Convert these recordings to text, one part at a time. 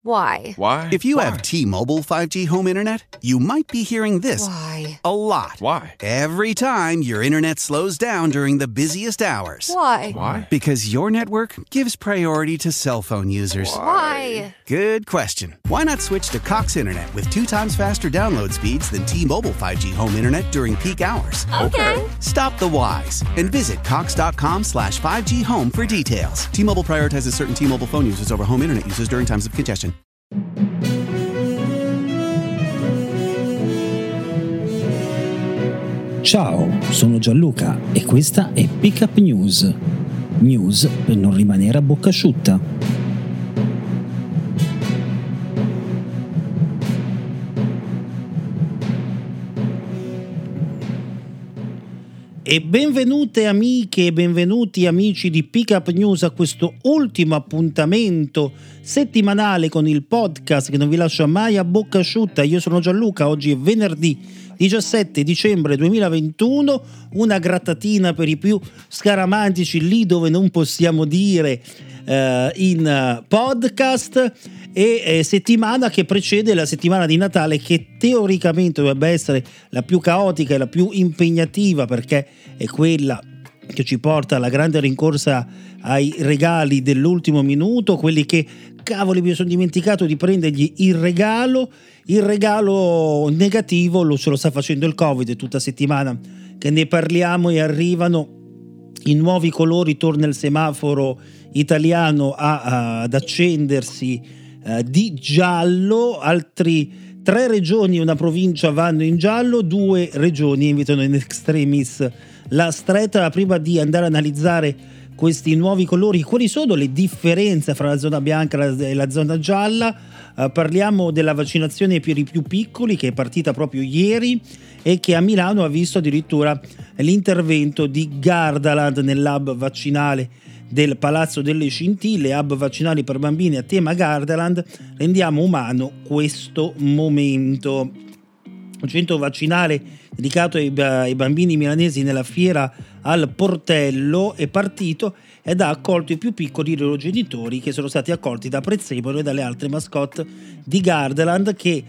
Why? Why? If you have T-Mobile 5G home internet, you might be hearing this Why? a lot. Why? Every time your internet slows down during the busiest hours. Why? Why? Because your network gives priority to cell phone users. Why? Good question. Why not switch to Cox Internet with 2 times faster download speeds than T-Mobile 5G home internet during peak hours? Okay. Stop the whys and visit cox.com/5G home for details. T-Mobile prioritizes certain T-Mobile phone users over home internet users during times of congestion. Ciao, sono Gianluca e questa è Pick Up News. News per non rimanere a bocca asciutta. E benvenute amiche e benvenuti amici di Pick Up News a questo ultimo appuntamento settimanale con il podcast che non vi lascia mai a bocca asciutta. Io sono Gianluca, oggi è venerdì 17 dicembre 2021, una grattatina per i più scaramantici lì dove non possiamo dire in podcast, e settimana che precede la settimana di Natale, che teoricamente dovrebbe essere la più caotica e la più impegnativa, perché è quella che ci porta alla grande rincorsa ai regali dell'ultimo minuto, quelli che cavoli mi sono dimenticato di prendergli il regalo negativo ce lo sta facendo il Covid, è tutta settimana che ne parliamo e arrivano i nuovi colori, torna il semaforo italiano ad accendersi di giallo, altri 3 regioni e una provincia vanno in giallo, 2 regioni invitano in extremis la stretta. Prima di andare a analizzare questi nuovi colori, quali sono le differenze fra la zona bianca e la zona gialla, parliamo della vaccinazione per i più piccoli che è partita proprio ieri e che a Milano ha visto addirittura l'intervento di Gardaland nell'hub vaccinale del Palazzo delle Scintille, hub vaccinali per bambini a tema Gardaland. Rendiamo umano questo momento. Un centro vaccinale dedicato ai bambini milanesi nella fiera al Portello è partito ed ha accolto i più piccoli dei loro genitori, che sono stati accolti da Prezzemolo e dalle altre mascotte di Gardaland che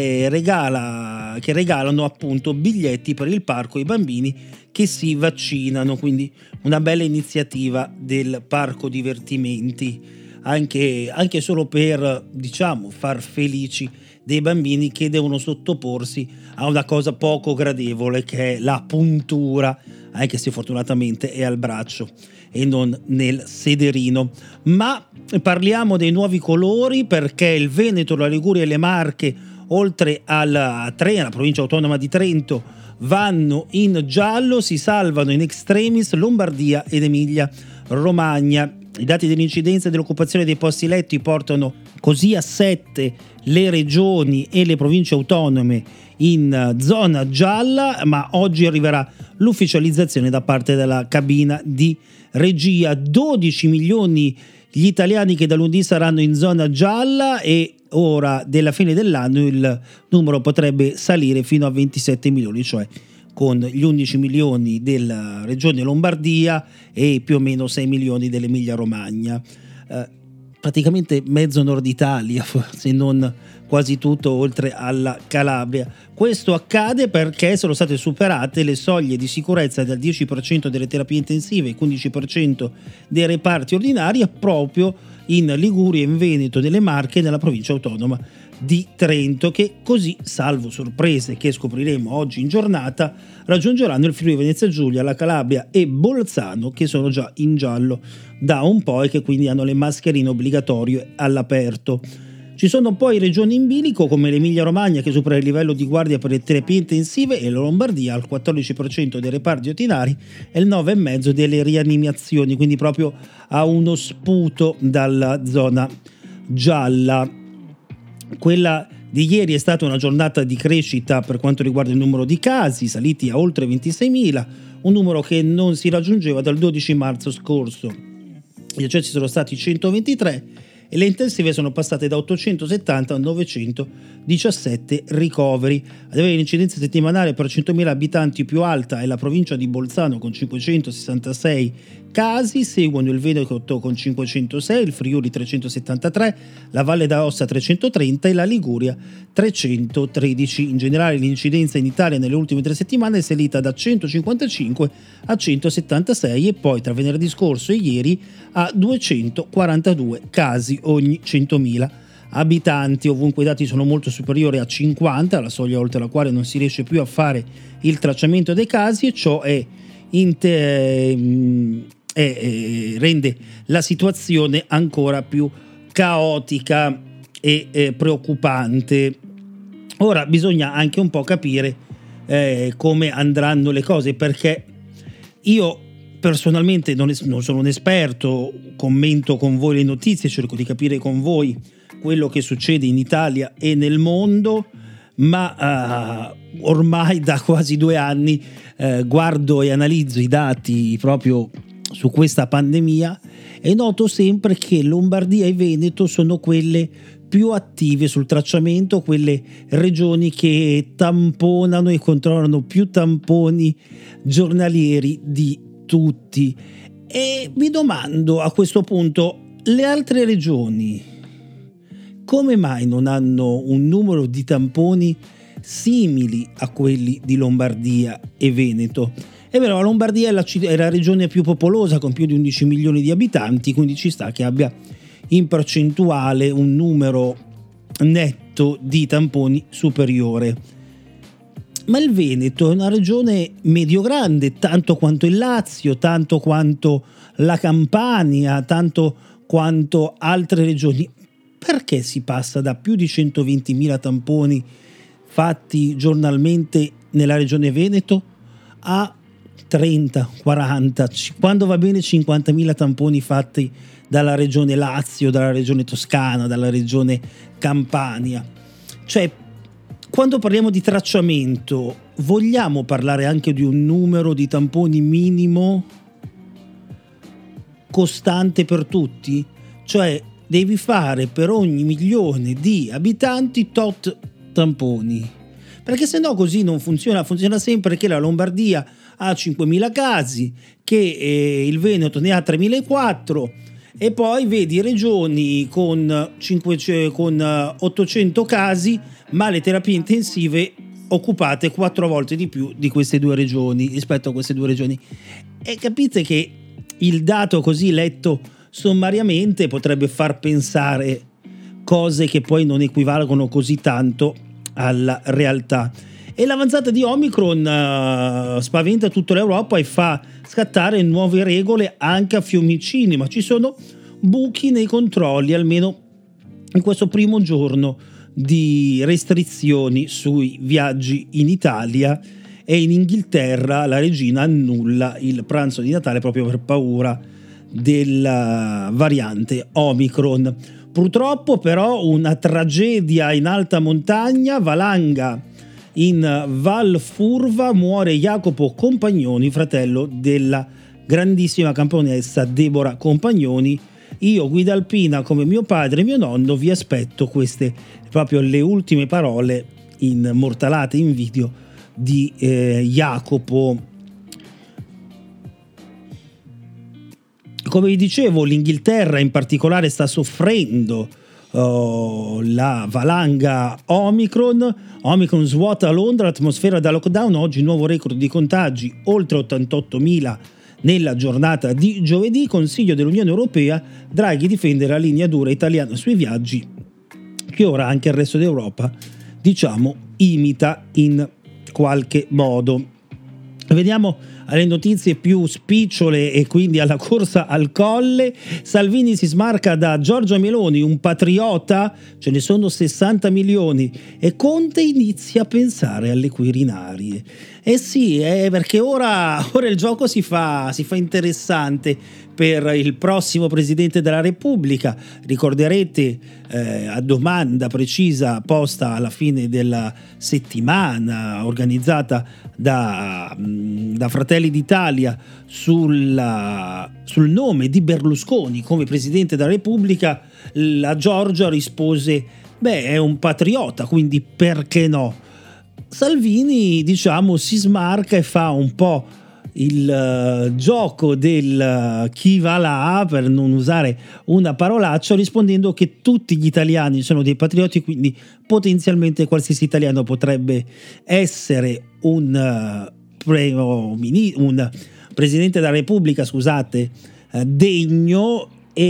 regalano appunto biglietti per il parco ai bambini che si vaccinano, quindi una bella iniziativa del parco divertimenti, anche solo per, diciamo, far felici dei bambini che devono sottoporsi a una cosa poco gradevole che è la puntura, anche se fortunatamente è al braccio e non nel sederino. Ma parliamo dei nuovi colori, perché il Veneto, la Liguria e le Marche, oltre alla provincia autonoma di Trento, vanno in giallo, si salvano in extremis Lombardia ed Emilia Romagna. I dati dell'incidenza e dell'occupazione dei posti letti portano così a 7 le regioni e le province autonome in zona gialla, ma oggi arriverà l'ufficializzazione da parte della cabina di regia. 12 milioni gli italiani che da lunedì saranno in zona gialla e ora della fine dell'anno il numero potrebbe salire fino a 27 milioni, cioè con gli 11 milioni della regione Lombardia e più o meno 6 milioni dell'Emilia Romagna. Praticamente mezzo Nord Italia, se non quasi tutto, oltre alla Calabria. Questo accade perché sono state superate le soglie di sicurezza del 10% delle terapie intensive e 15% dei reparti ordinari proprio in Liguria, in Veneto, nelle Marche e nella provincia autonoma di Trento, che così, salvo sorprese che scopriremo oggi in giornata, raggiungeranno il Friuli Venezia Giulia, la Calabria e Bolzano, che sono già in giallo da un po' e che quindi hanno le mascherine obbligatorie all'aperto. Ci sono poi regioni in bilico come l'Emilia Romagna, che supera il livello di guardia per le terapie intensive, e la Lombardia al 14% dei reparti ordinari e il 9,5% delle rianimazioni, quindi proprio a uno sputo dalla zona gialla. Quella di ieri è stata una giornata di crescita per quanto riguarda il numero di casi, saliti a oltre 26.000, un numero che non si raggiungeva dal 12 marzo scorso. Gli accessi sono stati 123 e le intensive sono passate da 870 a 917 ricoveri. Ad avere l'incidenza settimanale per 100.000 abitanti più alta è la provincia di Bolzano con 566 casi, seguono il Veneto con 506, il Friuli 373, la Valle d'Aosta 330 e la Liguria 313. In generale l'incidenza in Italia nelle ultime 3 settimane è salita da 155 a 176 e poi tra venerdì scorso e ieri a 242 casi ogni 100.000 abitanti. Ovunque i dati sono molto superiori a 50, la soglia oltre la quale non si riesce più a fare il tracciamento dei casi, e ciò rende la situazione ancora più caotica e preoccupante. Ora bisogna anche un po' capire come andranno le cose, perché io personalmente non sono un esperto, commento con voi le notizie, cerco di capire con voi quello che succede in Italia e nel mondo, ma ormai da quasi 2 anni guardo e analizzo i dati proprio su questa pandemia e noto sempre che Lombardia e Veneto sono quelle più attive sul tracciamento, quelle regioni che tamponano e controllano più tamponi giornalieri di tutti. E mi domando a questo punto, le altre regioni come mai non hanno un numero di tamponi simili a quelli di Lombardia e Veneto? È vero, la Lombardia è la regione più popolosa con più di 11 milioni di abitanti, quindi ci sta che abbia in percentuale un numero netto di tamponi superiore. Ma il Veneto è una regione medio-grande, tanto quanto il Lazio, tanto quanto la Campania, tanto quanto altre regioni. Perché si passa da più di 120.000 tamponi fatti giornalmente nella regione Veneto a 30, 40, quando va bene 50.000 tamponi fatti dalla regione Lazio, dalla regione Toscana, dalla regione Campania? Cioè, quando parliamo di tracciamento, vogliamo parlare anche di un numero di tamponi minimo costante per tutti? Cioè, devi fare per ogni milione di abitanti tot tamponi, perché se no così non funziona. Funziona sempre che la Lombardia ha 5.000 casi, che il Veneto ne ha 3.400 e poi vedi regioni con 800 casi, ma le terapie intensive occupate 4 volte di più di queste 2 regioni, rispetto a queste 2 regioni. E capite che il dato così letto sommariamente potrebbe far pensare cose che poi non equivalgono così tanto alla realtà. E l'avanzata di Omicron spaventa tutta l'Europa e fa scattare nuove regole anche a Fiumicino, ma ci sono buchi nei controlli, almeno in questo primo giorno di restrizioni sui viaggi in Italia. E in Inghilterra la regina annulla il pranzo di Natale proprio per paura della variante Omicron. Purtroppo però una tragedia in alta montagna, valanga in Val Furva, muore Jacopo Compagnoni, fratello della grandissima campionessa Deborah Compagnoni. Io, guida alpina come mio padre e mio nonno, vi aspetto queste proprio le ultime parole immortalate in video di Jacopo. Come vi dicevo, l'Inghilterra in particolare sta soffrendo la valanga Omicron. Omicron svuota Londra, l'atmosfera da lockdown. Oggi nuovo record di contagi, oltre 88.000 nella giornata di giovedì. Consiglio dell'Unione Europea, Draghi difende la linea dura italiana sui viaggi, che ora anche il resto d'Europa, diciamo, imita in qualche modo. Vediamo alle notizie più spicciole e quindi alla corsa al colle. Salvini si smarca da Giorgia Meloni, un patriota, ce ne sono 60 milioni, e Conte inizia a pensare alle Quirinarie. Eh sì, perché ora il gioco si fa interessante per il prossimo Presidente della Repubblica. Ricorderete a domanda precisa posta alla fine della settimana, organizzata da Fratelli d'Italia, sul nome di Berlusconi come Presidente della Repubblica, la Giorgia rispose: beh, è un patriota, quindi perché no? Salvini, diciamo, si smarca e fa un po' il gioco del chi va là, per non usare una parolaccia, rispondendo che tutti gli italiani sono dei patrioti, quindi potenzialmente qualsiasi italiano potrebbe essere un presidente della Repubblica, scusate, degno.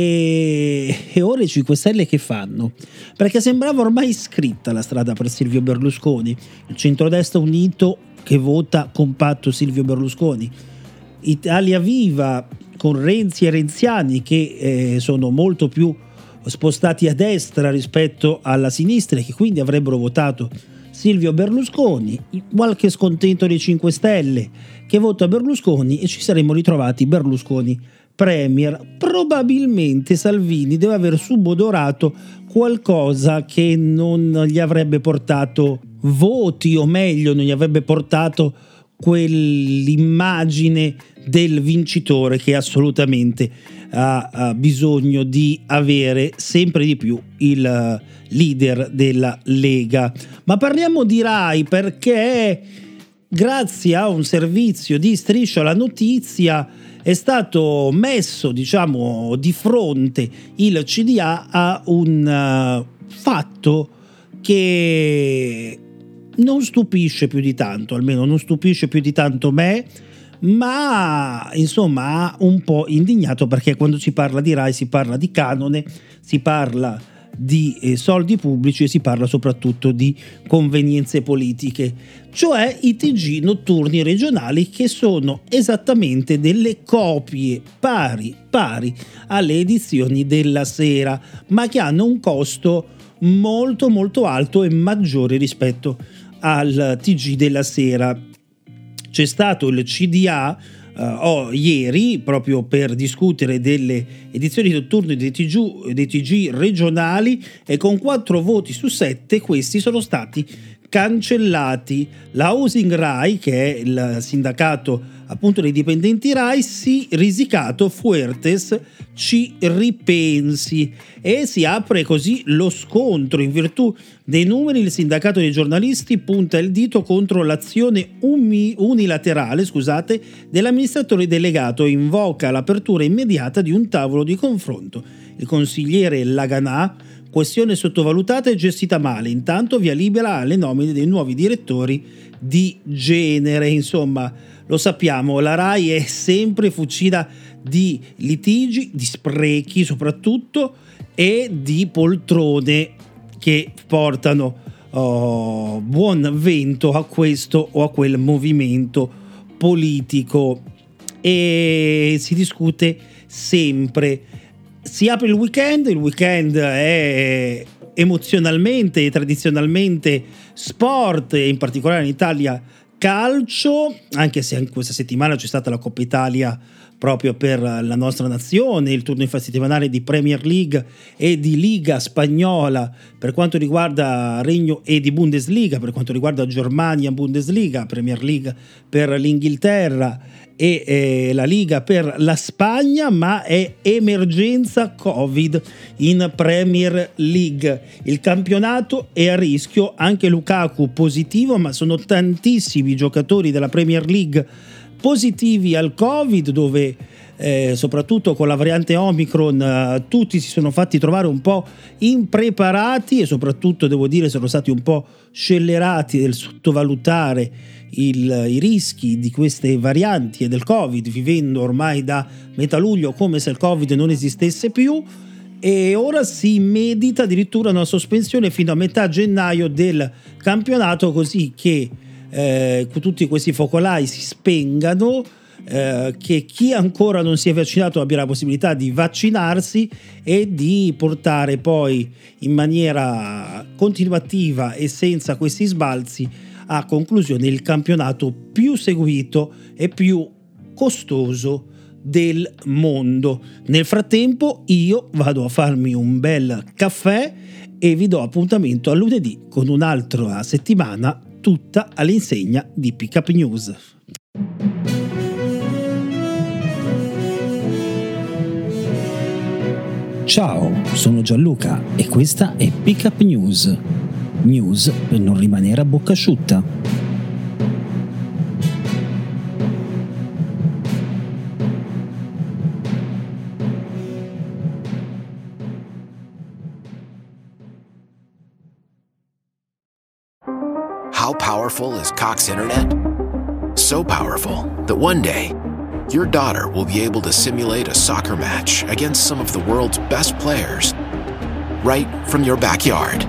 E ora i 5 Stelle che fanno? Perché sembrava ormai scritta la strada per Silvio Berlusconi, il centrodestra unito che vota compatto Silvio Berlusconi, Italia Viva con Renzi e renziani che sono molto più spostati a destra rispetto alla sinistra e che quindi avrebbero votato Silvio Berlusconi, qualche scontento dei 5 Stelle che vota Berlusconi, e ci saremmo ritrovati Berlusconi premier. Probabilmente Salvini deve aver subodorato qualcosa che non gli avrebbe portato voti, o meglio non gli avrebbe portato quell'immagine del vincitore che assolutamente ha bisogno di avere sempre di più il leader della Lega. Ma parliamo di Rai, perché grazie a un servizio di Striscia la Notizia è stato messo, diciamo, di fronte il CDA a un fatto che non stupisce più di tanto, almeno non stupisce più di tanto me, ma insomma ha un po' indignato, perché quando si parla di Rai si parla di canone, si parla di soldi pubblici e si parla soprattutto di convenienze politiche, cioè i TG notturni regionali, che sono esattamente delle copie pari alle edizioni della sera, ma che hanno un costo molto molto alto e maggiore rispetto al TG della sera. C'è stato il CDA ieri proprio per discutere delle edizioni notturne dei TG regionali, e con 4 voti su 7 questi sono stati cancellati. La Housing Rai, che è il sindacato appunto dei dipendenti Rai, si risicato Fuertes ci ripensi, e si apre così lo scontro. In virtù dei numeri, il sindacato dei giornalisti punta il dito contro l'azione unilaterale dell'amministratore delegato e invoca l'apertura immediata di un tavolo di confronto. Il consigliere Laganà: questione sottovalutata e gestita male, intanto via libera alle nomine dei nuovi direttori di genere. Insomma, lo sappiamo, la Rai è sempre fucina di litigi, di sprechi soprattutto, e di poltrone che portano buon vento a questo o a quel movimento politico, e si discute sempre. Si apre il weekend è emozionalmente e tradizionalmente sport, e in particolare in Italia calcio, anche se anche questa settimana c'è stata la Coppa Italia proprio per la nostra nazione, il turno infrasettimanale di Premier League e di Liga Spagnola per quanto riguarda Regno, e di Bundesliga per quanto riguarda Germania Bundesliga, Premier League per l'Inghilterra e la Liga per la Spagna, ma è emergenza Covid in Premier League. Il campionato è a rischio, anche Lukaku positivo, ma sono tantissimi giocatori della Premier League positivi al Covid, dove soprattutto con la variante Omicron tutti si sono fatti trovare un po' impreparati, e soprattutto devo dire sono stati un po' scellerati nel sottovalutare i rischi di queste varianti e del Covid, vivendo ormai da metà luglio come se il Covid non esistesse più. E ora si medita addirittura una sospensione fino a metà gennaio del campionato, così che tutti questi focolai si spengano, che chi ancora non si è vaccinato abbia la possibilità di vaccinarsi e di portare poi in maniera continuativa e senza questi sbalzi a conclusione il campionato più seguito e più costoso del mondo. Nel frattempo io vado a farmi un bel caffè e vi do appuntamento a lunedì con un'altra settimana tutta all'insegna di Pick Up News. Ciao, sono Gianluca e questa è Pick Up News. News per non rimanere a bocca asciutta. How powerful is Cox Internet? So powerful that one day, your daughter will be able to simulate a soccer match against some of the world's best players right from your backyard.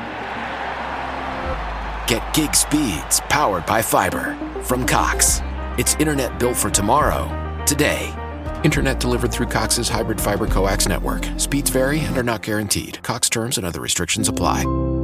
Get gig speeds powered by fiber from Cox. It's internet built for tomorrow, today. Internet delivered through Cox's hybrid fiber coax network. Speeds vary and are not guaranteed. Cox terms and other restrictions apply.